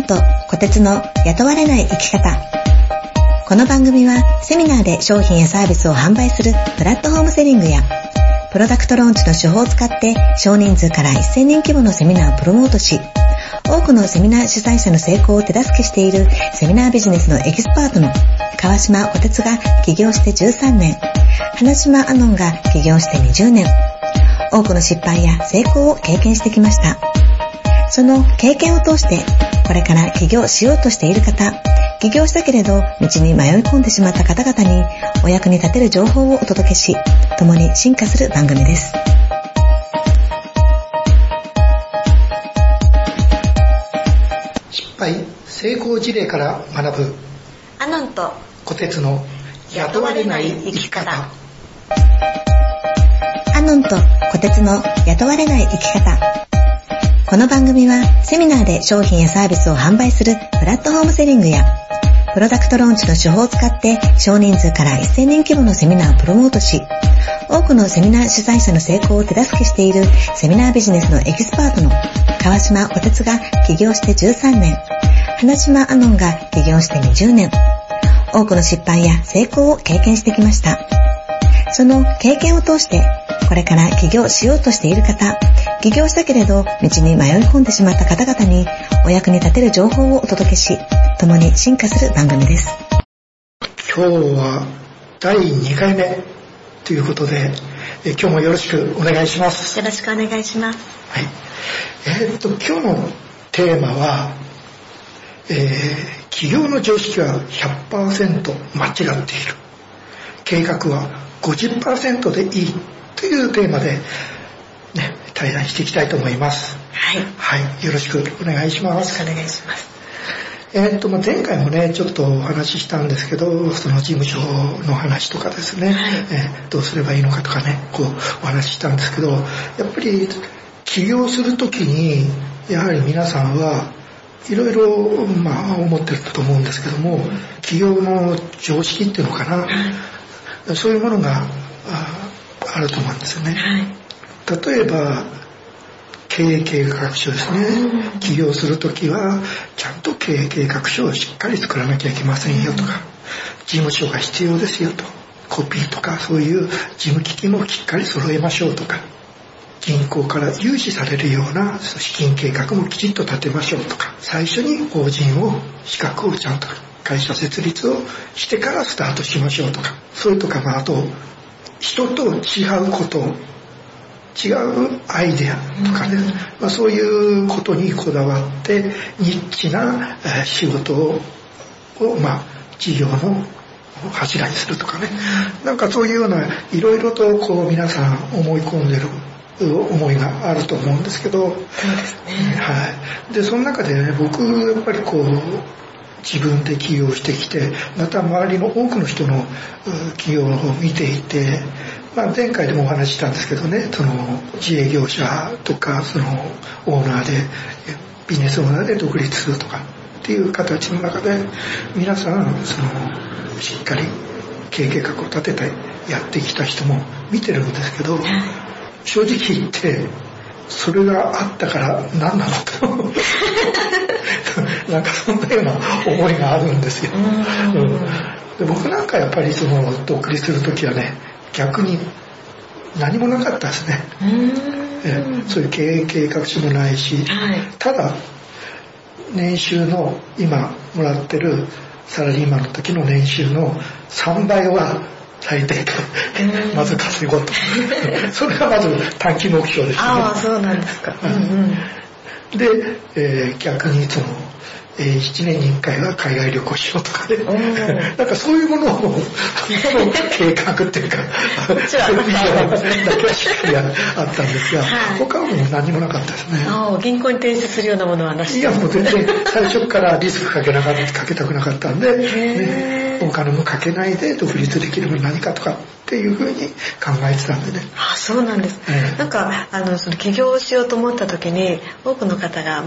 と虎鉄の雇われない生き方。この番組はセミナーで商品やサービスを販売するプラットフォームセリングやプロダクトローンチの手法を使って少人数から1000人規模のセミナーをプロモートし、多くのセミナー主催者の成功を手助けしているセミナービジネスのエキスパートの川島虎鉄が起業して13年、花島アノンが起業して20年、多くの失敗や成功を経験してきました。その経験を通して、これから起業しようとしている方、起業したけれど道に迷い込んでしまった方々にお役に立てる情報をお届けし、共に進化する番組です。 失敗成功事例から学ぶアノンと虎鉄の雇われない生き方。 アノンと虎鉄の雇われない生き方。この番組はセミナーで商品やサービスを販売するプラットフォームセリングやプロダクトローンチの手法を使って少人数から1000人規模のセミナーをプロモートし、多くのセミナー主催者の成功を手助けしているセミナービジネスのエキスパートの川島虎鉄が起業して13年、花島アノンが起業して20年、多くの失敗や成功を経験してきました。その経験を通して、これから起業しようとしている方、起業したけれど道に迷い込んでしまった方々にお役に立てる情報をお届けし、共に進化する番組です。 今日は第2回目ということで、今日もよろしくお願いします。 よろしくお願いします。 はい。今日のテーマは、起業の常識は 100% 間違っている。計画は 50% でいいというテーマで、対談していきたいと思います。 はい。 はい。よろしくお願いします。 よろしくお願いします。 前回もねちょっとお話ししたんですけど、その事務所の話とかですね、 はい、 どうすればいいのかとかね、こうお話ししたんですけど、やっぱり起業するときにやはり皆さんはいろいろ思ってると思うんですけども、起業の常識っていうのかな、そういうものがあると思うんですよね。例えば経営計画書ですね。起業するときはちゃんと経営計画書をしっかり作らなきゃいけませんよとか、事務所が必要ですよと、コピーとかそういう事務機器もしっかり揃えましょうとか、銀行から融資されるような資金計画もきちっと立てましょうとか、最初に法人を資格をちゃんと会社設立をしてからスタートしましょうとか、それとかあと人と違うこと、違うアイデアとかね、そういうことにこだわってニッチな仕事を事業の柱にするとかね、なんかそういうようないろいろとこう皆さん思い込んでる思いがあると思うんですけど、 そうですね。 はい。でその中でね、僕やっぱりこう自分で起業してきて、また周りの多くの人の起業の方を見ていて、前回でもお話ししたんですけどね、その自営業者とかそのオーナーでビジネスオーナーで独立するとかっていう形の中で、皆さんそのしっかり経営計画を立ててやってきた人も見てるんですけど、正直言ってそれがあったから何なのとなんかそんなような思いがあるんですよ。で僕なんかやっぱりその独立するときはね、逆に何もなかったですね。そういう経営計画書もないし、ただ年収の今もらってるサラリーマンの時の年収の3倍は最低とまず稼ごうとそれがまず短期目標ですね。 そうなんですか。 で、逆にその7年に1回は海外旅行しようとかねなんかそういうものを計画っていうかそういうのだけはしっかりあったんですが、他はもう何もなかったですね。 銀行に提出するようなものはなし。 いやもう全然最初からリスクかけたくなかったんで、お金もかけないで独立できるのに何かとかっていうふうに考えてたんでね。 そうなんです。なんかその起業しようと思った時に多くの方が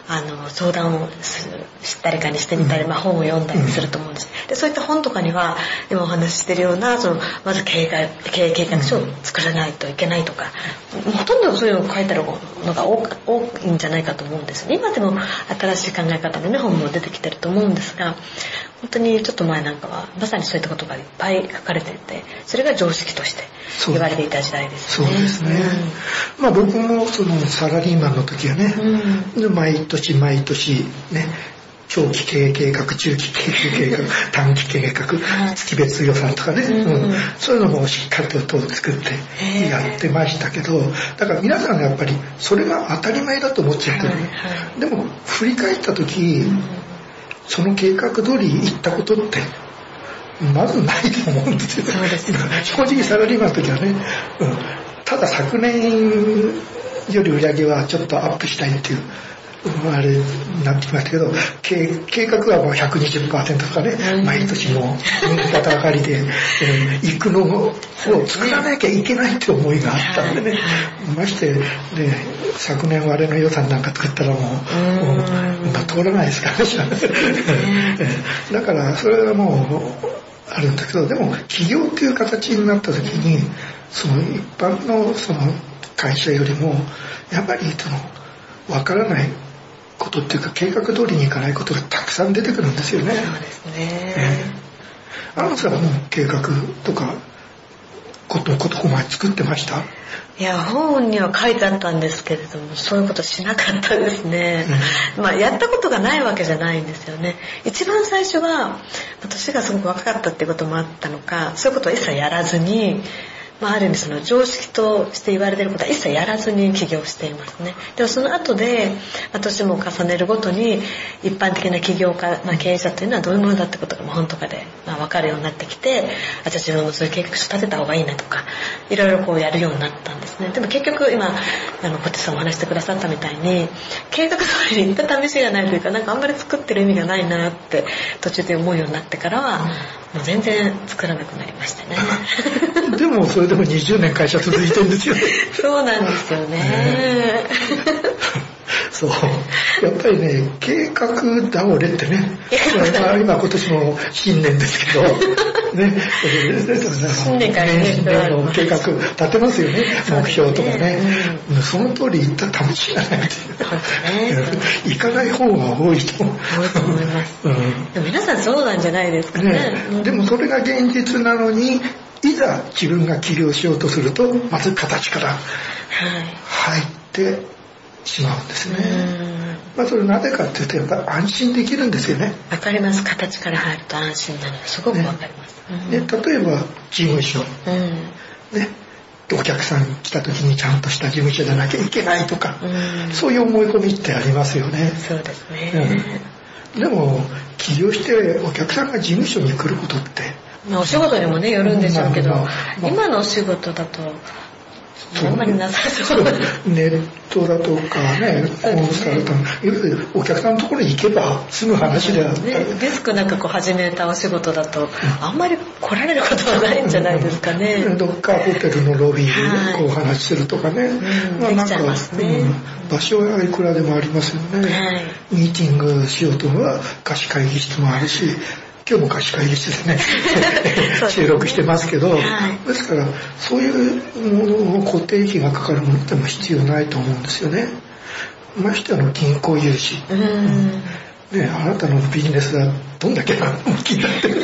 相談を誰かにしてみたり、本を読んだりすると思うんです。でそういった本とかには今お話ししてるようなまず経営計画書を作らないといけないとか、ほとんどそういうのを書いてあるのが多いんじゃないかと思うんですよね。今でも新しい考え方のね本も出てきてると思うんですが、本当にちょっと前なんかはまさにそういったことがいっぱい書かれていて、それが常識として言われていた時代ですね。 そうですね、僕もサラリーマンの時はね、毎年毎年ね、長期経営計画、中期経営計画、短期計画、月別予算とかね、そういうのもしっかりと作ってやってましたけど、だから皆さんがやっぱりそれが当たり前だと思っちゃってる、でも振り返った時、その計画通り行ったことってまずないと思うんですよ。 そうですね、 正直サラリーマンの時はね、ただ昨年より売り上げはちょっとアップしたいっていうあれになってきましたけど、計画はもう 120% とかね、毎年も右肩上がりで、行くのを作らなきゃいけないって思いがあったんでね、ましてで昨年はあれの予算なんか作ったらもう通らないですからねだからそれはもうあるんだけど、でも起業っていう形になった時に一般の会社よりもやっぱりわからないことっていうか、計画通りにいかないことがたくさん出てくるんですよね。 そうですね。 アナさんは計画とかこと前作ってました？ いや、本には書いてあったんですけれども、そういうことしなかったですね。やったことがないわけじゃないんですよね。一番最初は年がすごく若かったっていうこともあったのか、そういうことは一切やらずに、ある意味常識として言われていることは一切やらずに起業していますね。でもその後で年も重ねるごとに一般的な起業家、経営者というのはどういうものだってことが本とかで分かるようになってきて、じゃあ自分もそういう計画書立てた方がいいなとか、いろいろやるようになったんですね。でも結局今ポテさんお話してくださったみたいに、計画通りに行った試しがないというか、あんまり作ってる意味がないなって途中で思うようになってからは、もう全然作らなくなりましたねでもそれでも20年会社続いてるんですよねそうなんですよねそうやっぱりね、計画倒れってね今年も新年ですけどね、 新年から年の計画立てますよね、目標とかね、その通り行った試しがないって行かない方が多いと思います、でも皆さんそうなんじゃないですかね。 でもそれが現実なのに、いざ自分が起業しようとするとまず形から入ってしまうんですね。それなぜかっていうと、やっぱり安心できるんですよね。 わかります。形から入ると安心なのすごくわかります、 例えば事務所、お客さん来た時にちゃんとした事務所じゃなきゃいけないとか、そういう思い込みってありますよね。 そうですね、 でも起業してお客さんが事務所に来ることって、 お仕事にもねよるんでしょうけど、今のお仕事だとあんまりなさそう。 ネットだとかね、コンサルタント、いわゆるお客さんのところに行けば済む話であったり、 リスクなく始めたお仕事だとあんまり来られることはないんじゃないですかね。 どっかホテルのロビーでお話しするとかね、 できちゃいますね。 場所はいくらでもありますよね。ミーティングしようとは貸し会議室もあるし、今日も貸し会議室でね収録してますけど、ですからそういうものを固定費がかかるものっても必要ないと思うんですよね。まして銀行融資、あなたのビジネスがどんだけ大きいんだって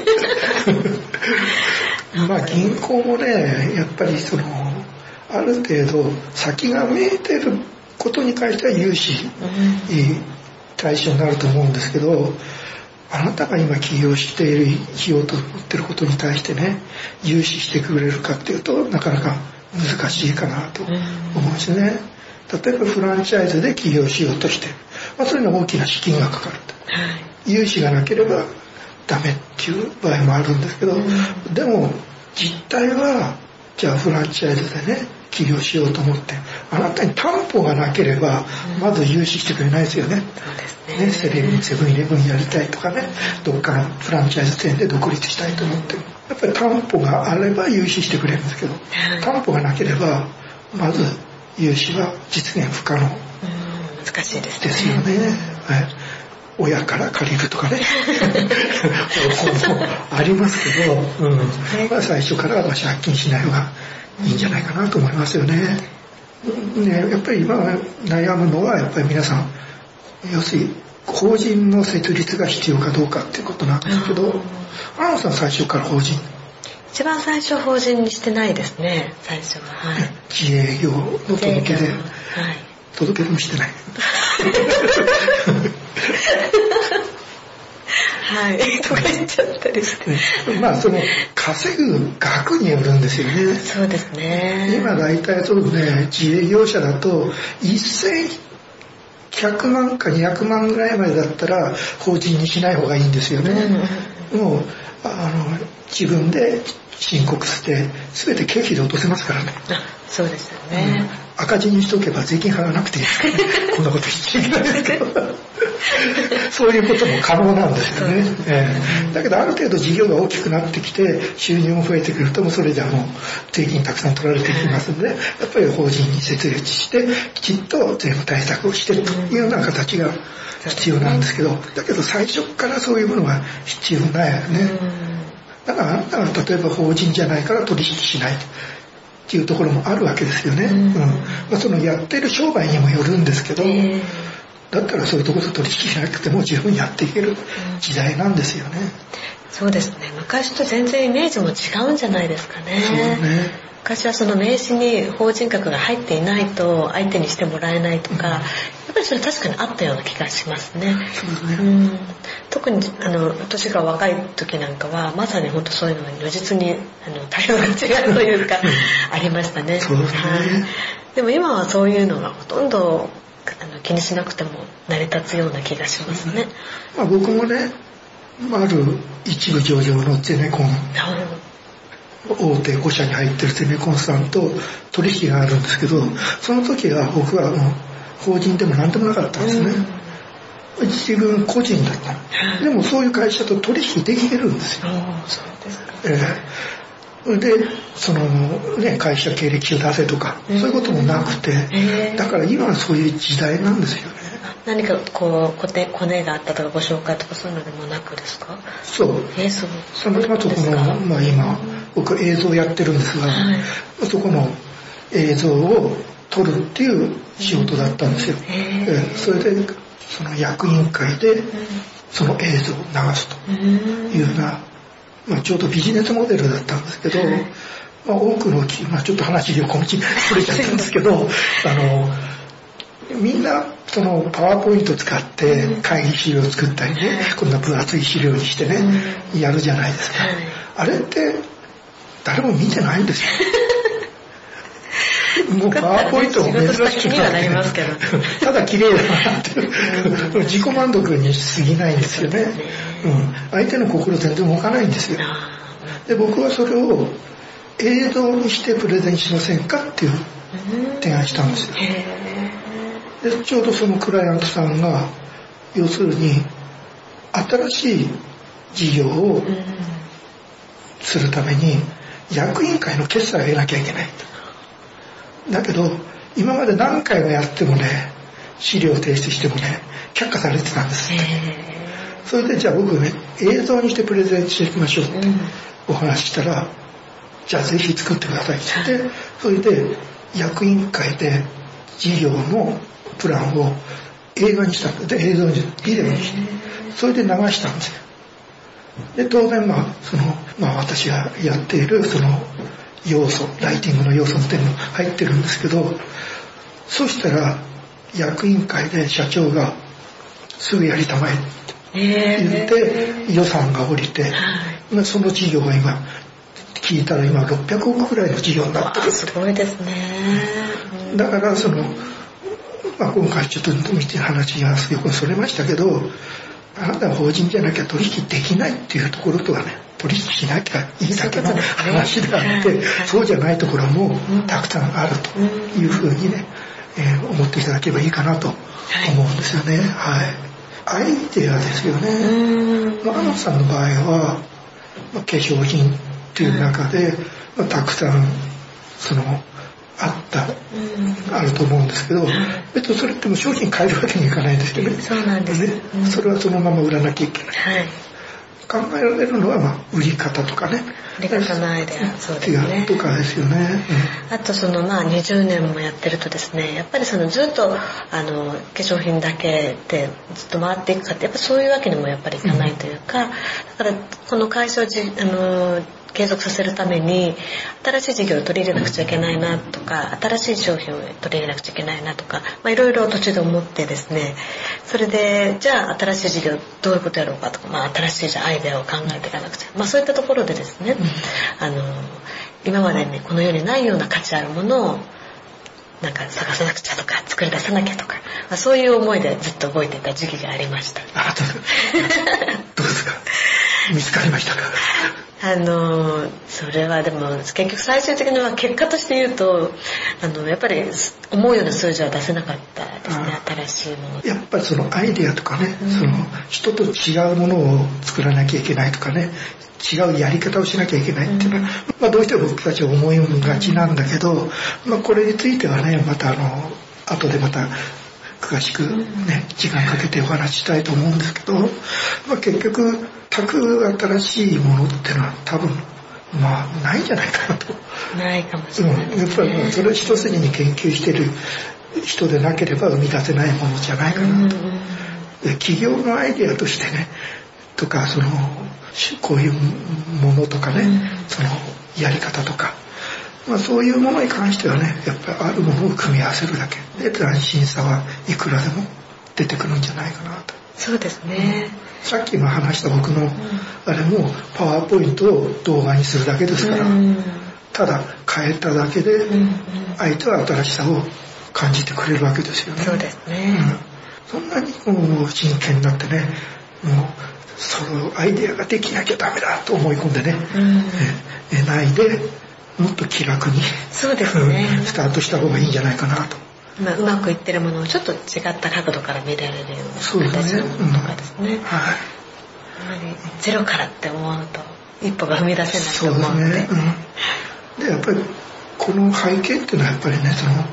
銀行もね、やっぱりある程度先が見えてることに関しては融資対象になると思うんですけど、あなたが今起業しているしようと思ってることに対してね、融資してくれるかっていうとなかなか難しいかなと思うんですね。例えばフランチャイズで起業しようとして、それに大きな資金がかかると、融資がなければダメっていう場合もあるんですけど、でも実態はじゃあフランチャイズでね起業しようと思って、あなたに担保がなければまず融資してくれないですよね。セブンイレブンやりたいとかね、どっかのフランチャイズ店で独立したいと思っても、やっぱり担保があれば融資してくれるんですけど、担保がなければまず融資は実現不可能難しいですね。 ですよね。はい。親から借りるとかね方法もありますけど、まあ、最初からは借金しない方がいいんじゃないかなと思いますよね。やっぱり今悩むのはやっぱり皆さん、要するに法人の設立が必要かどうかっていうことなんですけど、アナさん最初から法人？ 一番最初法人にしてないですね、最初は。はい、 自営業の届けで、はい、届けもしてない。 はい、とか言っちゃったりして。 まあその稼ぐ額によるんですよね。 そうですね。 今大体そうね、自営業者だと1100万か200万ぐらいまでだったら法人にしない方がいいんですよね。もう自分で申告して全て経費で落とせますからね。 そうですよね。 赤字にしとけば税金払わなくていいですからね。こんなこと言っちゃいけないですけどそういうことも可能なんですよね。だけどある程度事業が大きくなってきて収入も増えてくるともうそれじゃもう税金たくさん取られてきますので、やっぱり法人に設立してきちっと税務対策をしてというような形が必要なんですけど、だけど最初からそういうものが必要ないよね。だからあなたが例えば法人じゃないから取引しないっていうところもあるわけですよね。まあ、そのやってる商売にもよるんですけど、だったらそういうところと取引しなくても十分やっていける時代なんですよね。 そうですね。昔と全然イメージも違うんじゃないですかね。 そうね。 昔はその名刺に法人格が入っていないと相手にしてもらえないとか、やっぱりそれ確かにあったような気がしますね。 そうですね。 特に私が若い時なんかはまさに本当そういうのが如実に対応が違うというかありましたね。 そうですね。 でも今はそういうのがほとんど気にしなくても成り立つような気がしますね。 まあ、僕もね、ある一部上場のゼネコン、大手5社に入ってるゼネコンさんと取引があるんですけど、その時は僕は法人でも何でもなかったんですね。自分個人だった。でもそういう会社と取引できてるんですよ。 そうですか。 でそのね、会社経歴書出せとか、そういうこともなくて、だから今はそういう時代なんですよね。 何かこうコネがあったとかご紹介とかそういうのでもなくですか？ そう。その後まあ今僕映像やってるんですが、そこの映像を撮るっていう仕事だったんですよ。それでその役員会でその映像を流すというような、まあ、ちょうどビジネスモデルだったんですけど、まあ、多くのまあ、ちょっと話横道それちゃったんですけどみんなそのパワーポイントを使って会議資料を作ったりね、こんな分厚い資料にしてね、やるじゃないですか。あれって誰も見てないんですよ。もうパワーポイントも珍しくなって、ただ綺麗だなって自己満足にしすぎないんですよね。相手の心全然動かないんですよ。で僕はそれを映像にしてプレゼンしませんかっていう提案したんですよ。でちょうどそのクライアントさんが要するに新しい事業をするために役員会の決裁を得なきゃいけない。だけど今まで何回もやってもね、資料を提出してもね却下されてたんですって。それでじゃあ僕ね映像にしてプレゼンしていきましょうってお話したら、じゃあぜひ作ってくださいって言って、それで役員会で事業のプランを映画にしたんで、映像にビデオにして、それで流したんですよ。で当然私がやっているその要素、ライティングの要素っていうのも入ってるんですけど、そしたら役員会で社長がすぐやりたまえって言って予算が下りて、その事業が今聞いたら今600億くらいの事業になってる。 すごいですね。 だから今回ちょっと見て話が横にそれましたけど、あなたは法人じゃなきゃ取引できないっていうところとはね、取引しなきゃいいだけの話であって、そうじゃないところもたくさんあるというふうにね、思っていただければいいかなと思うんですよね。はい。アイデアですよね。アナさんの場合は、化粧品っていう中で、たくさんそのあると思うんですけど、別にそれっても商品変えるわけにいかないですよね。 そうなんですね。 それはそのまま売らなきゃいけない。考えられるのは売り方とかね。 売り方のアイデア、そうですね。 とかですよね。 あと20年もやってるとですね、やっぱりずっと化粧品だけでずっと回っていくかって、やっぱそういうわけにもやっぱりいかないというか、だからこの会社を継続させるために新しい事業を取り入れなくちゃいけないなとか、新しい商品を取り入れなくちゃいけないなとか、いろいろ途中で思ってですね、それでじゃあ新しい事業どういうことやろうかとか、新しいアイデアを考えていかなくちゃ、そういったところでですね、今までにこの世にないような価値あるものを探さなくちゃとか作り出さなきゃとか、そういう思いでずっと動いていた時期がありました。 どうですか、見つかりましたか？ それはでも結局最終的には結果として言うとやっぱり思うような数字は出せなかったですね。新しいもの、 やっぱりそのアイデアとかね、人と違うものを作らなきゃいけないとかね、違うやり方をしなきゃいけないっていうのは、どうしても僕たちは思いがちなんだけど、これについてはね、また後でまた詳しくね、時間かけてお話ししたいと思うんですけど、結局全く新しいものっていうのは多分ないんじゃないかなと。 ないかもしれないですね。 やっぱりそれ一筋に研究してる人でなければ生み出せないものじゃないかなと。企業のアイデアとしてね、とかこういうものとかね、やり方とか、そういうものに関してはね、やっぱりあるものを組み合わせるだけで斬新さはいくらでも出てくるんじゃないかなと。 そうですね。 さっき今話した僕のあれもパワーポイントを動画にするだけですから、ただ変えただけで相手は新しさを感じてくれるわけですよね。 そうですね。 そんなに真剣になってね、そのアイデアができなきゃダメだと思い込んでね、ないでもっと気楽にそうですね、 スタートした方がいいんじゃないかなと。 うまくいってるものをちょっと違った角度から見られるような形のものとかですね。ゼロからって思うと一歩が踏み出せないと思うので。 でやっぱりこの背景っていうのはやっぱりね、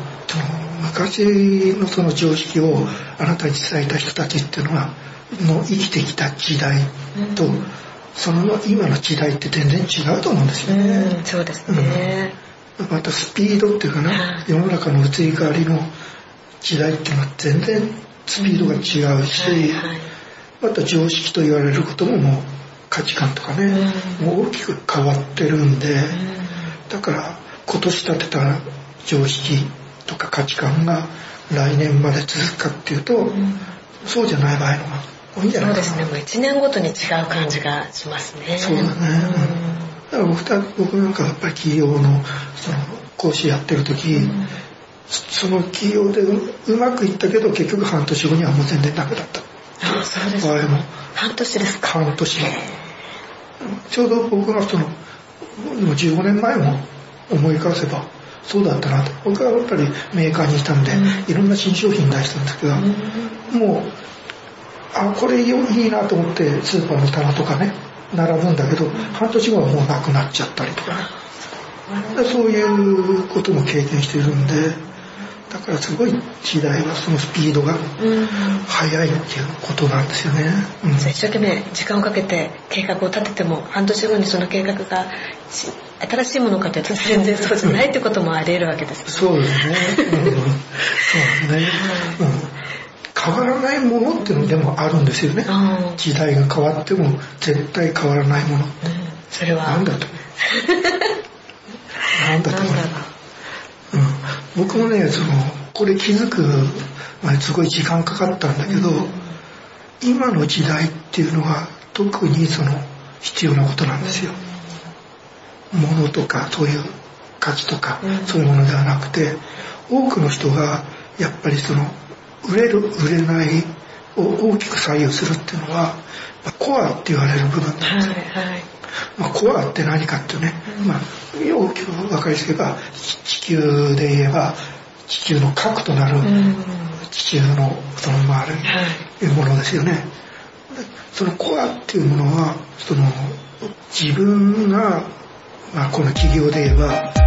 昔のその常識をあなたに伝えた人たちっていうのは生きてきた時代と、その今の時代って全然違うと思うんですよね。 そうですね。 またスピードっていうかな、世の中の移り変わりの時代っていうのは全然スピードが違うし、また常識と言われることももう価値観とかね、もう大きく変わってるんで、だから今年立てた常識とか価値観が来年まで続くかっていうと、そうじゃない場合のが多いんじゃないかな。 そうですね。もう1年ごとに違う感じがしますね。 そうだね。だから僕なんかやっぱり企業の講師やってる時、その企業でうまくいったけど結局半年後にはもう全然ダメだった。 そうですか。 場合も半年ですか。 半年のちょうど僕が15年前も思い返せばそうだったなと。僕はやっぱりメーカーにいたんで、いろんな新商品出したんですけど、もうこれいいなと思ってスーパーの棚とかね並ぶんだけど、半年後はもうなくなっちゃったりとかね、そういうことも経験しているんで、だからすごい時代はそのスピードが速いっていうことなんですよね。 一生懸命時間をかけて計画を立てても半年後にその計画が新しいものかというと全然そうじゃないってこともあり得るわけですね。 そうですね。そうですね。変わらないものっていうのでもあるんですよね。時代が変わっても絶対変わらないものって、 それは何だと何だと思う。僕もねこれ気づくすごい時間かかったんだけど、今の時代っていうのは特に必要なことなんですよ。物とかそういう価値とかそういうものではなくて、多くの人がやっぱり売れる売れないを大きく左右するっていうのはコアって言われる部分なんですよ。コアって何かっていうね、大きく分かりやすければ地球で言えば地球の核となる地球の周りのものですよね。そのコアっていうものは自分が、この企業で言えば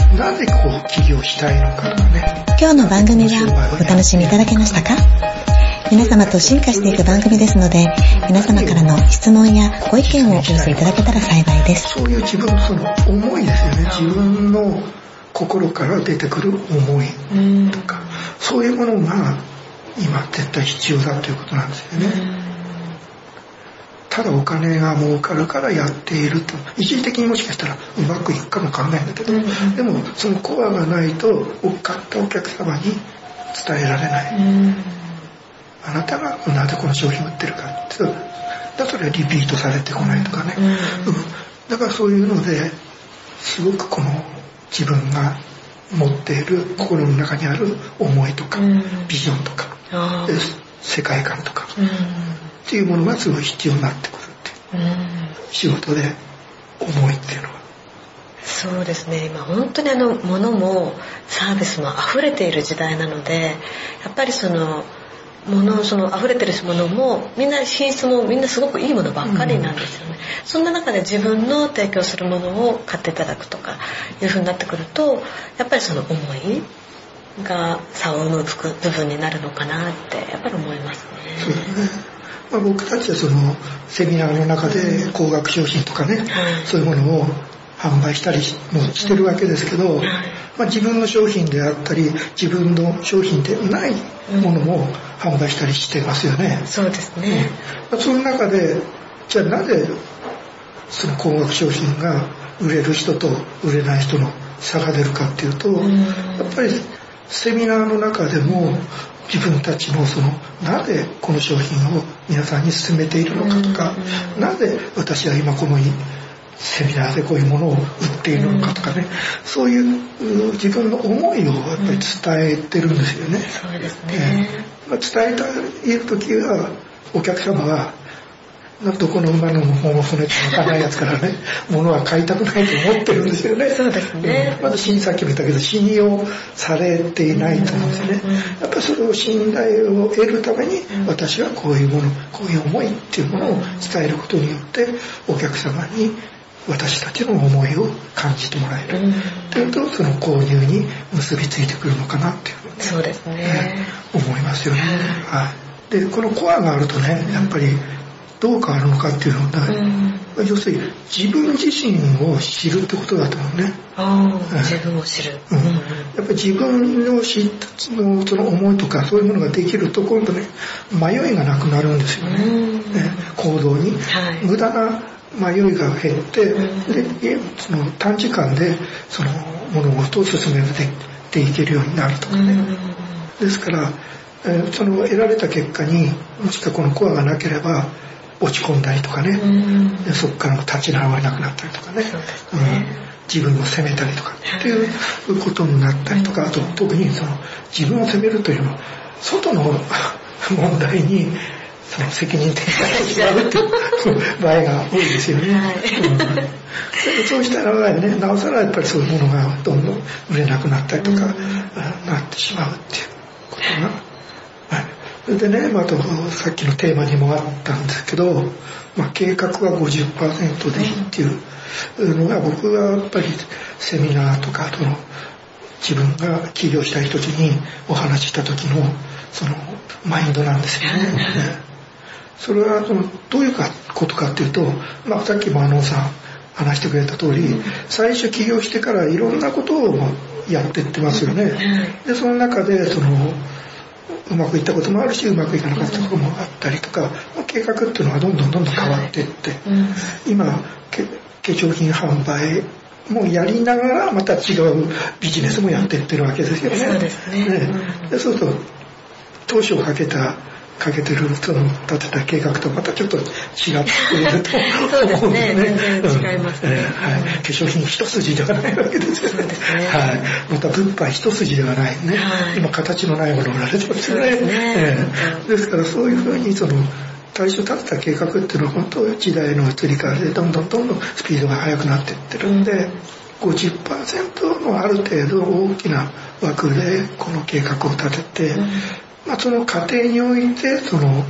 なぜこう起業したいのかとかね。 今日の番組はお楽しみいただけましたか？皆様と進化していく番組ですので、皆様からの質問やご意見をお寄せいただけたら幸いです。 そういう自分のその思いですよね。自分の心から出てくる思いとか、そういうものが今絶対必要だということなんですよね。ただお金が儲かるからやっていると、一時的にもしかしたらうまくいくかもわかんないんだけど、でもそのコアがないと買ったお客様に伝えられない。あなたがなぜこの商品を売ってるかって、だそれはリピートされてこないとかね。だからそういうのですごくこの自分が持っている心の中にある思いとか、ビジョンとか、世界観とか、っていうものがすごい必要になってくるっていう、仕事で思いっていうのは。 そうですね、今本当に物もサービスも溢れている時代なので、やっぱりその溢れてるものもみんな品質もみんなすごくいいものばっかりなんですよね。そんな中で自分の提供するものを買っていただくとかいう風になってくると、やっぱりその思いが差を生む部分になるのかなってやっぱり思いますね。 そうですね。僕たちはそのセミナーの中で高額商品とかね、そういうものを販売したりもしてるわけですけど、自分の商品であったり自分の商品でないものも販売したりしてますよね。 そうですね。 その中でじゃあなぜその高額商品が売れる人と売れない人の差が出るかっていうと、やっぱりセミナーの中でも自分たちのそのなぜこの商品を皆さんに勧めているのかとか、なぜ私は今このセミナーでこういうものを売っているのかとかね、そういう自分の思いをやっぱり伝えてるんですよね。 そうですね。 伝えている時はお客様はどこの馬のもの骨と分からないやつからね、物は買いたくないと思ってるんですよね。 そうですね。 まずさっきも言ったけど信用されていないと思うんですね。やっぱりそれを信頼を得るために、私はこういうもの、こういう思いっていうものを伝えることによってお客様に私たちの思いを感じてもらえるというと、その購入に結びついてくるのかなっていうふうに、 そうですね、 思いますよね。でこのコアがあるとね、やっぱりどう変わるのかっていうのは、要するに自分自身を知るってことだと思うね。 自分を知る、 やっぱり自分の知ったその思いとかそういうものができると、今度ね迷いがなくなるんですよね。行動に、無駄な迷いが減って、でその短時間でその物事を進めていけるようになるとかね。ですからその得られた結果にもしくはこのコアがなければ落ち込んだりとかね、そこからも立ち直れなくなったりとかね、自分を責めたりとかっていうことになったりとか、あと特にその自分を責めるというのは外の問題にその責任転嫁してしまうっていう場合が多いですよね。そうしたらね、なおさらやっぱりそういうものがどんどん売れなくなったりとか、なってしまうっていうことが。それでね、あとさっきのテーマにもあったんですけど、計画は 50% でいいっていうのが、僕はやっぱりセミナーとか、あとの自分が起業したい人たちにお話しした時のそのマインドなんですよね。それはどういうことかっていうと、さっきもさん話してくれた通り、最初起業してからいろんなことをやっていってますよね。でその中でうまくいったこともあるし、うまくいかなかったこともあったりとか、計画っていうのはどんどん変わっていって、今化粧品販売もやりながらまた違うビジネスもやっていってるわけですよね。 そうですね。 でそうすると当初かけてるその立てた計画とまたちょっと違っていると思うんですね。 全然違いますね。 化粧品一筋ではないわけですよね。また物販一筋ではないね。今形のないものを売られてますよね。ですからそういうふうに最初立てた計画っていうのは本当時代の移り変わりでどんどんスピードが速くなっていってるんで、50% のある程度大きな枠でこの計画を立てて、その過程において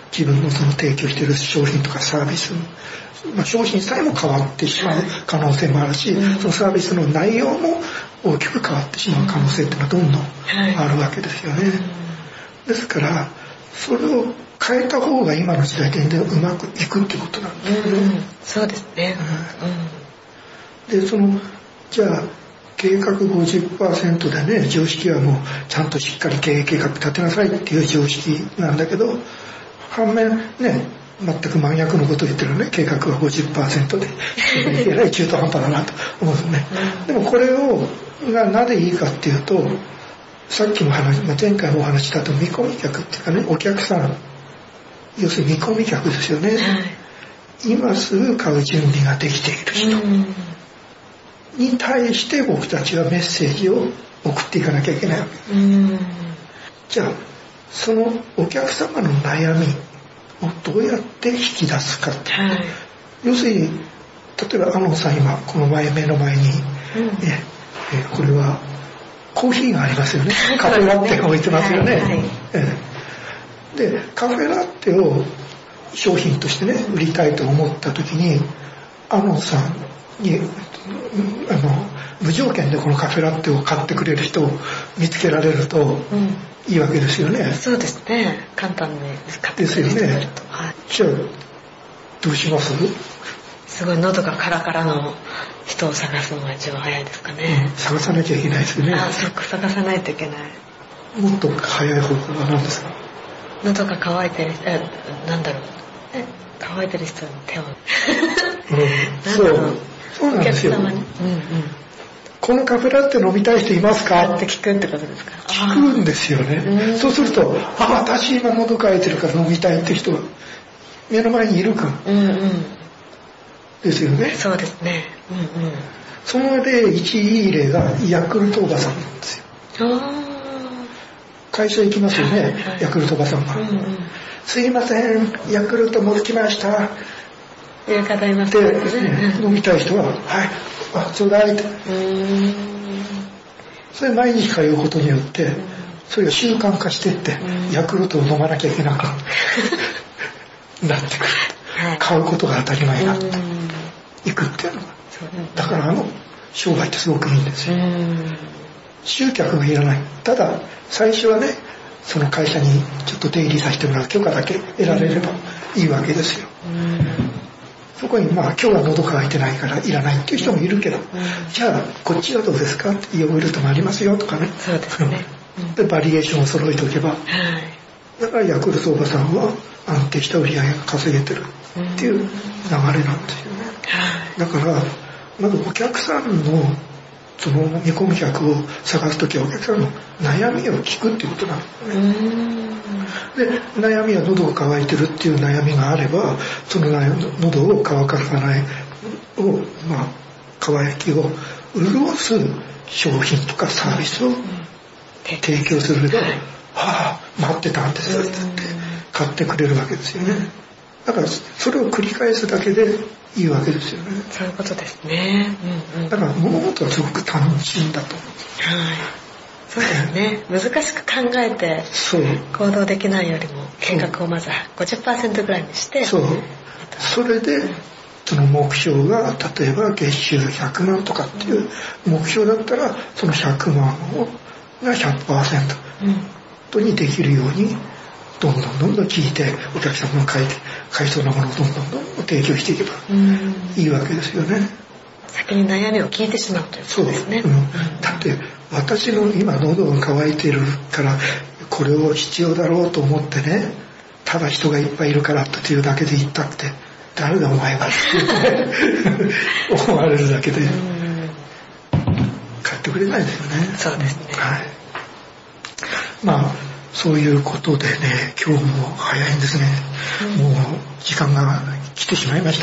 自分のその提供している商品とかサービス、商品さえも変わってしまう可能性もあるし、そのサービスの内容も大きく変わってしまう可能性っていうのはどんどんあるわけですよね。ですからそれを変えた方が今の時代でうまくいくってことなんですよね。 そうですね。 でじゃあ計画 50% でね、常識はもうちゃんとしっかり経営計画立てなさいっていう常識なんだけど、反面ね、全く真逆のことを言ってるね、計画は 50% でえらい中途半端だなと思うんですね。でもこれがなぜいいかっていうと、さっきの話、前回のお話だと見込み客っていうかね、お客さん、要するに見込み客ですよね。今すぐ買う準備ができている人に対して僕たちはメッセージを送っていかなきゃいけないわけです。じゃあそのお客様の悩みをどうやって引き出すかって、要するに例えばさん今この目の前に、これはコーヒーがありますよね。カフェラッテが置いてますよね。でカフェラッテを商品としてね売りたいと思った時にさんに無条件でこのカフェラッテを買ってくれる人を見つけられるといいわけですよね。 そうですね。簡単に買ってくれる人がいると。 じゃあどうします？ すごい喉がカラカラの人を探すのが一番早いですかね。 探さなきゃいけないですよね。 探さないといけない。 もっと早い方法は何ですか？ 喉が渇いてる乾いてる人の手をそうなんですよ。このカフェラテ飲みたい人いますかって聞くってことですか？ 聞くんですよね。そうすると私今喉渇いてるから飲みたいって人が目の前にいるかですよね。 そうですね。 そので一いい例がヤクルトおばさんなんですよ。会社行きますよね、ヤクルトおばさんが。すいません、ヤクルト持ってきました。 いう方いますね。飲みたい人は、ちょうだいって。それ毎日通うことによって、それが習慣化していって、ヤクルトを飲まなきゃいけなくなってくる。買うことが当たり前になっていくっていうのが。だから商売ってすごくいいんですよ。集客がいらない。ただ最初はね、その会社にちょっと出入りさせてもらう許可だけ得られればいいわけですよ。そこに今日は喉乾いてないからいらないっていう人もいるけど、じゃあこっちはどうですかって、ヨーグルトもありますよとかね。 そうですね。 でバリエーションを揃えておけば、だからヤクルトおばさんは安定した売り上げが稼げてるっていう流れなんですよね。だからまずお客さんのその見込み客を探すときはお客さんの悩みを聞くっていうことなんですね。で悩みは喉が渇いてるっていう悩みがあれば、その喉を渇かさない渇きを潤す商品とかサービスを提供すると、待ってたんですって買ってくれるわけですよね。だからそれを繰り返すだけでいいわけですよね。 そういうことですね。 だから物事はすごく単純だと思う。 そうですね。難しく考えて行動できないよりも計画をまず 50% ぐらいにして、 それでその目標が例えば月収100万とかっていう目標だったら、その100万が 100% にできるようにどんどん聞いて、お客様の買いそうなものをどんどん提供していけばいいわけですよね。 先に悩みを聞いてしまうということですね。 だって私の今喉が渇いてるからこれを必要だろうと思ってね、ただ人がいっぱいいるからというだけで言ったって誰だお前はって思われるだけで買ってくれないですよね。 そうですね。 そういうことでね、今日も早いんですね。もう時間が来てしまいました。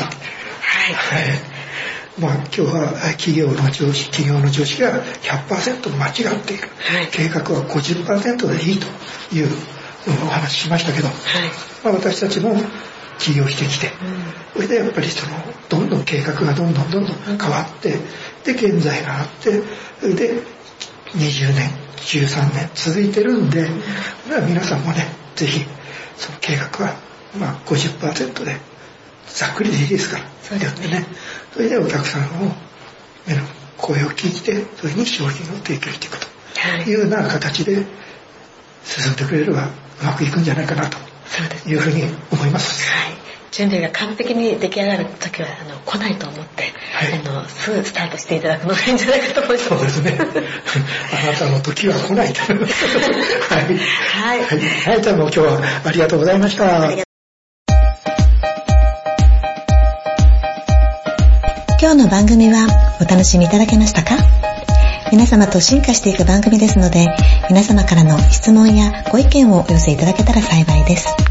今日は企業の常識が 100% 間違っている、計画は 50% でいいというお話ししましたけど、私たちも起業してきて、それでやっぱりどんどん計画がどんどん変わって、で現在があって、それで20年13年続いてるんで、皆さんもね、ぜひその計画は 50% でざっくりでいいですからそうですね。 やってね、それでお客さんの目の声を聞いてそれに商品を提供していくというような形で進んでくれればうまくいくんじゃないかなというふうに思います。 はい、準備が完璧に出来上がる時は来ないと思って、はい、すぐスタートしていただくのがいいんじゃないかと思います。 そうですね。あなたの時は来ないと。はい、はいはい、じゃあもう今日はありがとうございました。 今日の番組はお楽しみいただけましたか？皆様と進化していく番組ですので、皆様からの質問やご意見をお寄せいただけたら幸いです。